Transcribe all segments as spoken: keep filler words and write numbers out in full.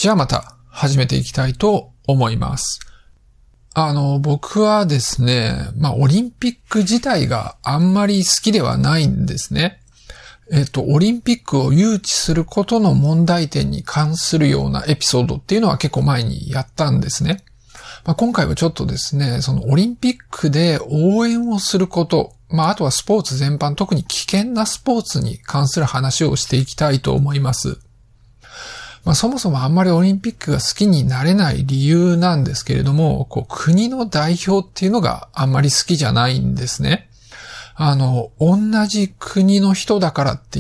じゃあまた始めていきたいと思います。あの、僕はですね、まあ、オリンピック自体があんまり好きではないんですね。えっと、オリンピックを誘致することの問題点に関するようなエピソードっていうのは結構前にやったんですね。まあ、今回はちょっとですね、そのオリンピックで応援をすること、まあ、あとはスポーツ全般、特に危険なスポーツに関する話をしていきたいと思います。まあ、そもそもあんまりオリンピックが好きになれない理由なんですけれども、こう国の代表っていうのがあんまり好きじゃないんですね。あの、同じ国の人だからって言って、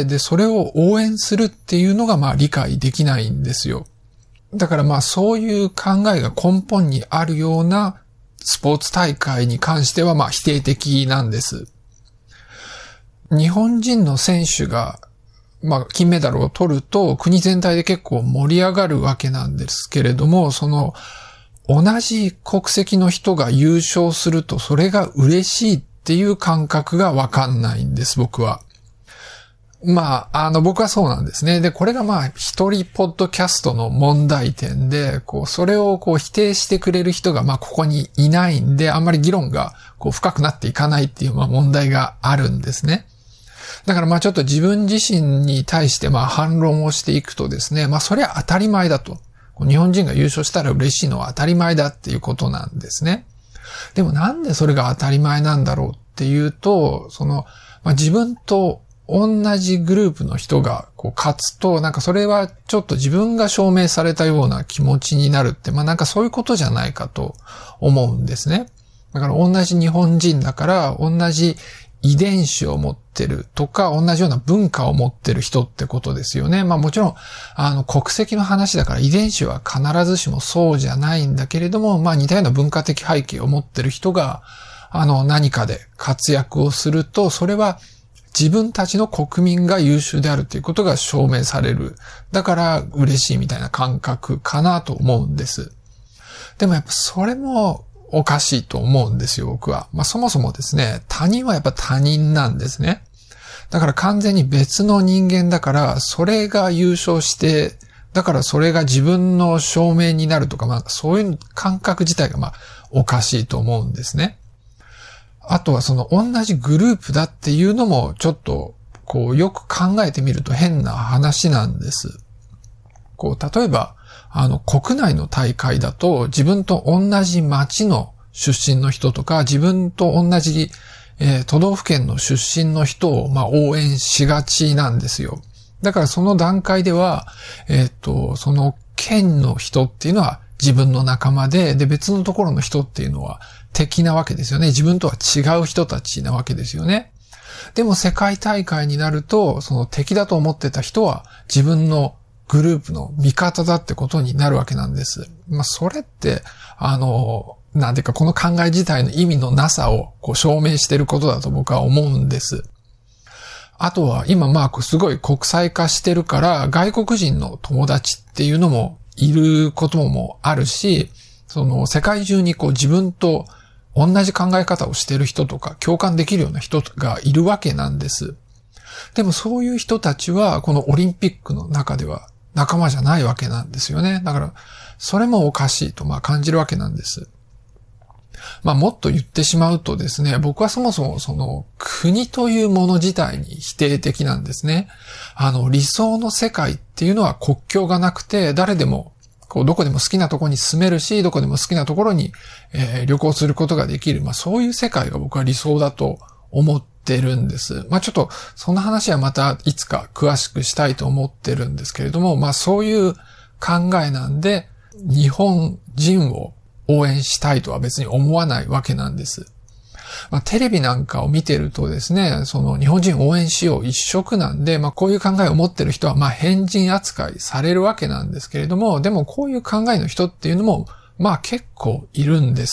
で、それを応援するっていうのがまあ理解できないんですよ。だからまあそういう考えが根本にあるようなスポーツ大会に関してはまあ否定的なんです。日本人の選手がまあ金メダルを取ると国全体で結構盛り上がるわけなんですけれども、その同じ国籍の人が優勝するとそれが嬉しいっていう感覚がわかんないんです、僕は。まあ、あの、僕はそうなんですね。で、これがまあ、一人ポッドキャストの問題点で、こう、それをこう、否定してくれる人がまあ、ここにいないんで、あんまり議論がこう、深くなっていかないっていうまあ、問題があるんですね。だからまあ、ちょっと自分自身に対してまあ、反論をしていくとですね、まあ、それは当たり前だと。日本人が優勝したら嬉しいのは当たり前だっていうことなんですね。でもなんでそれが当たり前なんだろうっていうと、その、まあ、自分と同じグループの人がこう勝つと、なんかそれはちょっと自分が証明されたような気持ちになるって、まあなんかそういうことじゃないかと思うんですね。だから同じ日本人だから同じ遺伝子を持ってるとか、同じような文化を持ってる人ってことですよね。まあもちろん、あの国籍の話だから遺伝子は必ずしもそうじゃないんだけれども、まあ似たような文化的背景を持ってる人が、あの何かで活躍をすると、それは自分たちの国民が優秀であるということが証明される。だから嬉しいみたいな感覚かなと思うんです。でもやっぱそれもおかしいと思うんですよ、僕は。まあそもそもですね、他人はやっぱ他人なんですね。だから完全に別の人間だから、それが優勝して、だからそれが自分の証明になるとか、まあそういう感覚自体がまあおかしいと思うんですね。あとはその同じグループだっていうのもちょっとこうよく考えてみると変な話なんです。こう例えばあの国内の大会だと自分と同じ町の出身の人とか自分と同じ、えー、都道府県の出身の人をまあ応援しがちなんですよ。だからその段階ではえっとその県の人っていうのは自分の仲間で、で別のところの人っていうのは敵なわけですよね。自分とは違う人たちなわけですよね。でも世界大会になると、その敵だと思ってた人は自分のグループの味方だってことになるわけなんです。まあそれって、あの、なんていうかこの考え自体の意味のなさをこう証明していることだと僕は思うんです。あとは今まあすごい国際化してるから外国人の友達っていうのもいることもあるし、その世界中にこう自分と同じ考え方をしている人とか共感できるような人がいるわけなんです。でもそういう人たちはこのオリンピックの中では仲間じゃないわけなんですよね。だからそれもおかしいとまあ感じるわけなんです。まあもっと言ってしまうとですね、僕はそもそもその国というもの自体に否定的なんですね。あの理想の世界っていうのは国境がなくて誰でもこうどこでも好きなところに住めるし、どこでも好きなところに、えー、旅行することができる。まあそういう世界が僕は理想だと思ってるんです。まあちょっとその話はまたいつか詳しくしたいと思ってるんですけれども、まあそういう考えなんで日本人を応援したいとは別に思わないわけなんです。まあ、テレビなんかを見てるとですね、その日本人応援しよう一色なんで、まあこういう考えを持ってる人はまあ変人扱いされるわけなんですけれども、でもこういう考えの人っていうのもまあ結構いるんです。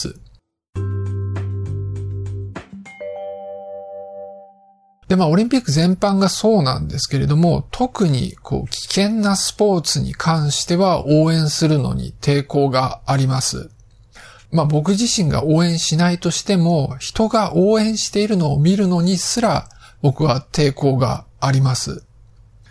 で、まあオリンピック全般がそうなんですけれども、特にこう危険なスポーツに関しては応援するのに抵抗があります。まあ僕自身が応援しないとしても、人が応援しているのを見るのにすら僕は抵抗があります。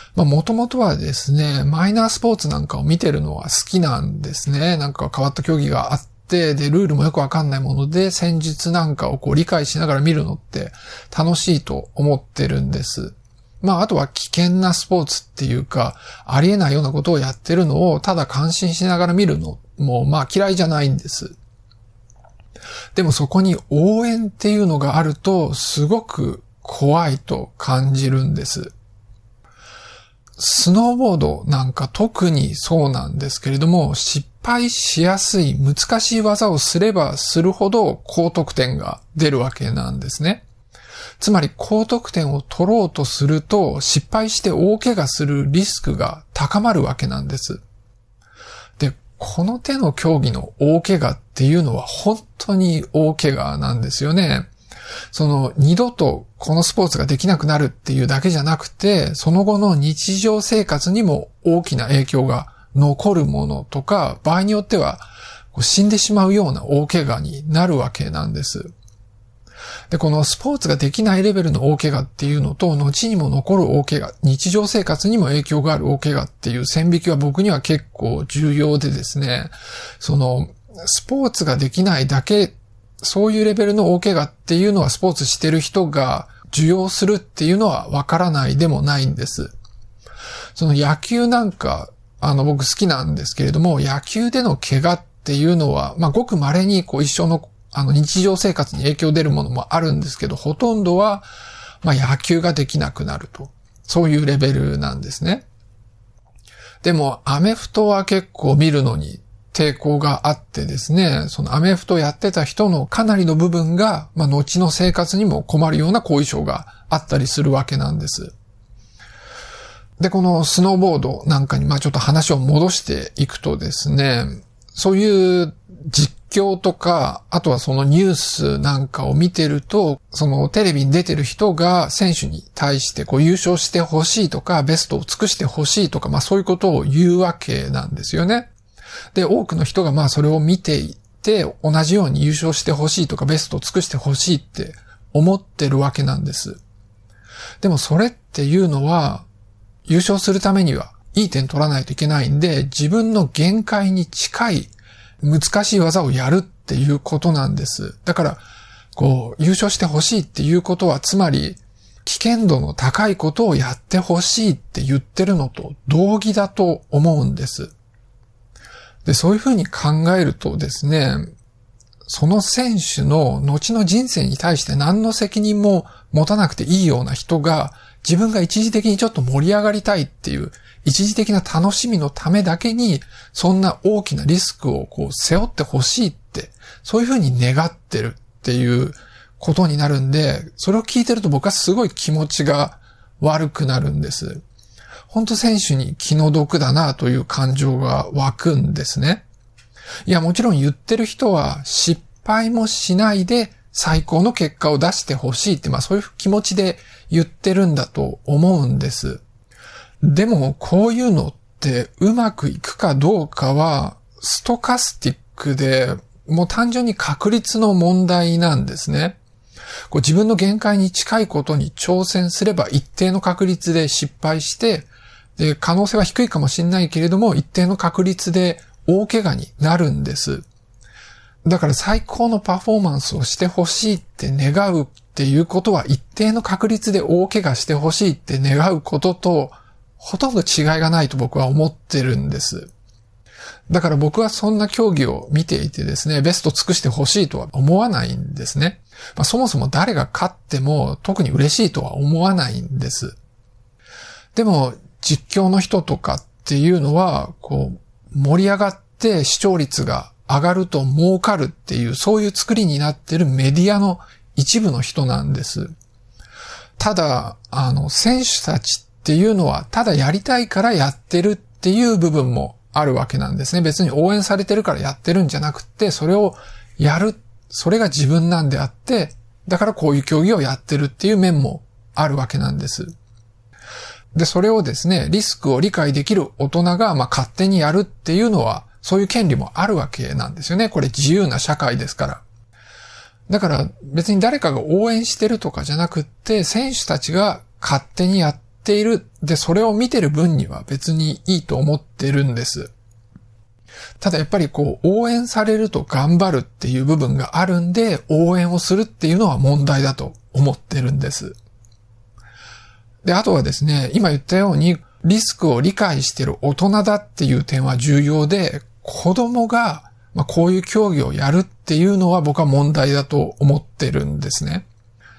まあもともとはですね、マイナースポーツなんかを見てるのは好きなんですね。なんか変わった競技があって、で、ルールもよくわかんないもので、戦術なんかをこう理解しながら見るのって楽しいと思ってるんです。まああとは危険なスポーツっていうか、ありえないようなことをやってるのをただ感心しながら見るのもまあ嫌いじゃないんです。でもそこに応援っていうのがあるとすごく怖いと感じるんです。スノーボードなんか特にそうなんですけれども、失敗しやすい難しい技をすればするほど高得点が出るわけなんですね。つまり高得点を取ろうとすると失敗して大怪我するリスクが高まるわけなんです。で、この手の競技の大怪我っていうのは本当に大怪我なんですよね。その二度とこのスポーツができなくなるっていうだけじゃなくて、その後の日常生活にも大きな影響が残るものとか、場合によっては死んでしまうような大怪我になるわけなんです。で、このスポーツができないレベルの大怪我っていうのと、後にも残る大怪我、日常生活にも影響がある大怪我っていう線引きは僕には結構重要でですね、そのスポーツができないだけ、そういうレベルの大怪我っていうのはスポーツしてる人が受容するっていうのはわからないでもないんです。その野球なんか、あの僕好きなんですけれども、野球での怪我っていうのは、まあごく稀にこう一生のあの日常生活に影響出るものもあるんですけど、ほとんどはまあ野球ができなくなると。そういうレベルなんですね。でもアメフトは結構見るのに抵抗があってですね、そのアメフトやってた人のかなりの部分が、まあ後の生活にも困るような後遺症があったりするわけなんです。で、このスノーボードなんかにまあちょっと話を戻していくとですね、そういう実況とか、あとはそのニュースなんかを見てると、そのテレビに出てる人が選手に対してこう優勝してほしいとか、ベストを尽くしてほしいとか、まあそういうことを言うわけなんですよね。で、多くの人がまあそれを見ていて、同じように優勝してほしいとか、ベストを尽くしてほしいって思ってるわけなんです。でもそれっていうのは、優勝するためにはいい点取らないといけないんで、自分の限界に近い難しい技をやるっていうことなんです。だから、こう、優勝してほしいっていうことは、つまり、危険度の高いことをやってほしいって言ってるのと同義だと思うんです。で、そういうふうに考えるとですね、その選手の後の人生に対して何の責任も持たなくていいような人が、自分が一時的にちょっと盛り上がりたいっていう一時的な楽しみのためだけにそんな大きなリスクをこう背負ってほしいってそういうふうに願ってるっていうことになるんで、それを聞いてると僕はすごい気持ちが悪くなるんです。本当選手に気の毒だなという感情が湧くんですね。いやもちろん言ってる人は失敗もしないで最高の結果を出してほしいって、まあそういう気持ちで言ってるんだと思うんです。でもこういうのってうまくいくかどうかはストカスティックでもう単純に確率の問題なんですね。こう自分の限界に近いことに挑戦すれば一定の確率で失敗して、で可能性は低いかもしれないけれども一定の確率で大怪我になるんです。だから最高のパフォーマンスをしてほしいって願うっていうことは一定の確率で大怪我してほしいって願うこととほとんど違いがないと僕は思ってるんです。だから僕はそんな競技を見ていてですね、ベスト尽くしてほしいとは思わないんですね。まあ、そもそも誰が勝っても特に嬉しいとは思わないんです。でも実況の人とかっていうのはこう盛り上がって視聴率が上がると儲かるっていうそういう作りになっているメディアの一部の人なんです。ただあの選手たちっていうのはただやりたいからやってるっていう部分もあるわけなんですね。別に応援されてるからやってるんじゃなくて、それをやる、それが自分なんであって、だからこういう競技をやってるっていう面もあるわけなんです。で、それをですね、リスクを理解できる大人がまあ勝手にやるっていうのは、そういう権利もあるわけなんですよね。これ自由な社会ですから。だから別に誰かが応援してるとかじゃなくって、選手たちが勝手にやってっている。で、それを見てる分には別にいいと思ってるんです。ただやっぱりこう、応援されると頑張るっていう部分があるんで、応援をするっていうのは問題だと思ってるんです。で、あとはですね、今言ったように、リスクを理解している大人だっていう点は重要で、子供がまあこういう競技をやるっていうのは僕は問題だと思ってるんですね。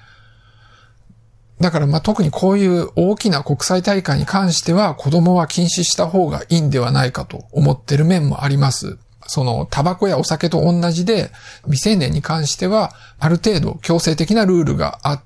だからまあ特にこういう大きな国際大会に関しては子供は禁止した方がいいんではないかと思ってる面もあります。そのタバコやお酒と同じで未成年に関してはある程度強制的なルールがあって、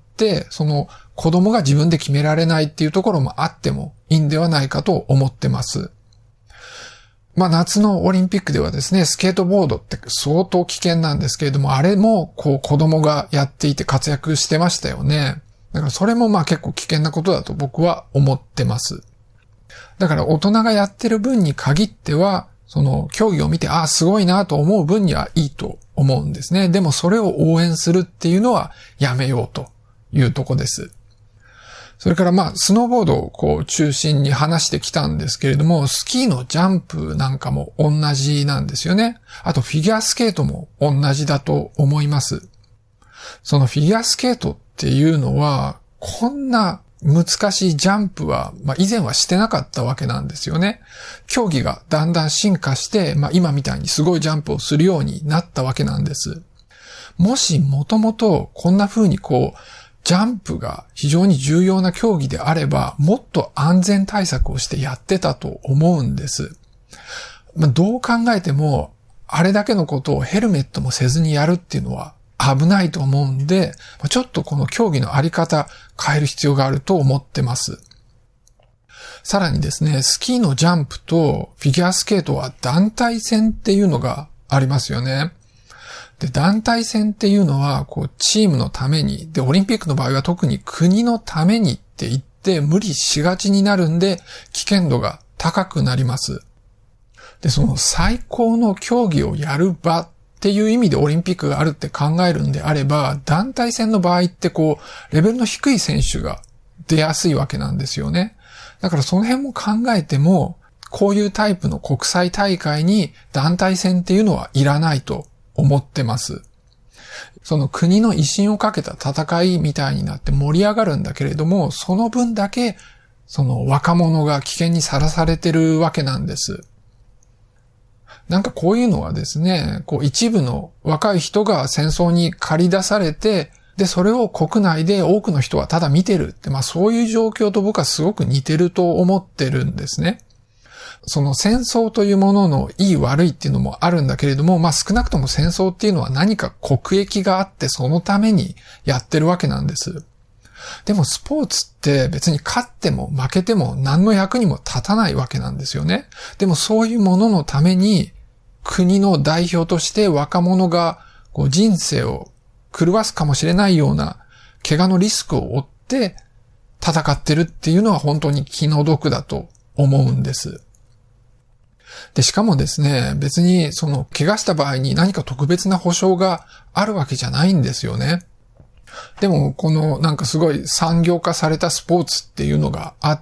その子供が自分で決められないっていうところもあってもいいんではないかと思ってます。まあ夏のオリンピックではですね、スケートボードって相当危険なんですけれども、あれもこう子供がやっていて活躍してましたよね。だからそれもまあ結構危険なことだと僕は思ってます。だから大人がやってる分に限っては、その競技を見て、ああすごいなと思う分にはいいと思うんですね。でもそれを応援するっていうのはやめようというとこです。それからまあ、スノーボードをこう中心に話してきたんですけれども、スキーのジャンプなんかも同じなんですよね。あとフィギュアスケートも同じだと思います。そのフィギュアスケートっていうのは、こんな難しいジャンプは、まあ以前はしてなかったわけなんですよね。競技がだんだん進化して、まあ今みたいにすごいジャンプをするようになったわけなんです。もしもともとこんな風にこう、ジャンプが非常に重要な競技であれば、もっと安全対策をしてやってたと思うんです。まあ、どう考えても、あれだけのことをヘルメットもせずにやるっていうのは危ないと思うんで、ちょっとこの競技のあり方変える必要があると思ってます。さらにですね、スキーのジャンプとフィギュアスケートは団体戦っていうのがありますよね。で、団体戦っていうのは、こう、チームのために、で、オリンピックの場合は特に国のためにって言って無理しがちになるんで、危険度が高くなります。で、その最高の競技をやる場っていう意味でオリンピックがあるって考えるんであれば、団体戦の場合ってこう、レベルの低い選手が出やすいわけなんですよね。だからその辺も考えても、こういうタイプの国際大会に団体戦っていうのはいらないと思ってます。その国の威信をかけた戦いみたいになって盛り上がるんだけれども、その分だけその若者が危険にさらされてるわけなんです。なんかこういうのはですね、こう一部の若い人が戦争に駆り出されて、で、それを国内で多くの人はただ見てるって、まあそういう状況と僕はすごく似てると思ってるんですね。その戦争というもののいい悪いっていうのもあるんだけれども、まあ少なくとも戦争っていうのは何か国益があってそのためにやってるわけなんです。でもスポーツって別に勝っても負けても何の役にも立たないわけなんですよね。でもそういうもののために国の代表として若者がこう人生を狂わすかもしれないような怪我のリスクを負って戦ってるっていうのは本当に気の毒だと思うんです。で、しかもですね、別にその怪我した場合に何か特別な保証があるわけじゃないんですよね。でもこのなんかすごい産業化されたスポーツっていうのがあって、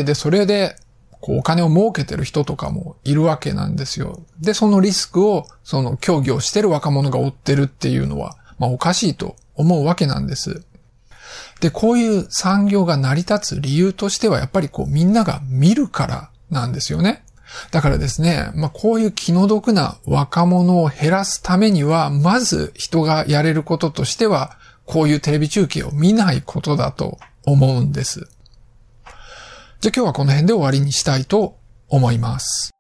で、それでこうお金を儲けてる人とかもいるわけなんですよ。で、そのリスクをその競技をしてる若者が負ってるっていうのは、まあおかしいと思うわけなんです。で、こういう産業が成り立つ理由としてはやっぱりこうみんなが見るからなんですよね。だからですね、まあこういう気の毒な若者を減らすためには、まず人がやれることとしては、こういうテレビ中継を見ないことだと思うんです。じゃあ今日はこの辺で終わりにしたいと思います。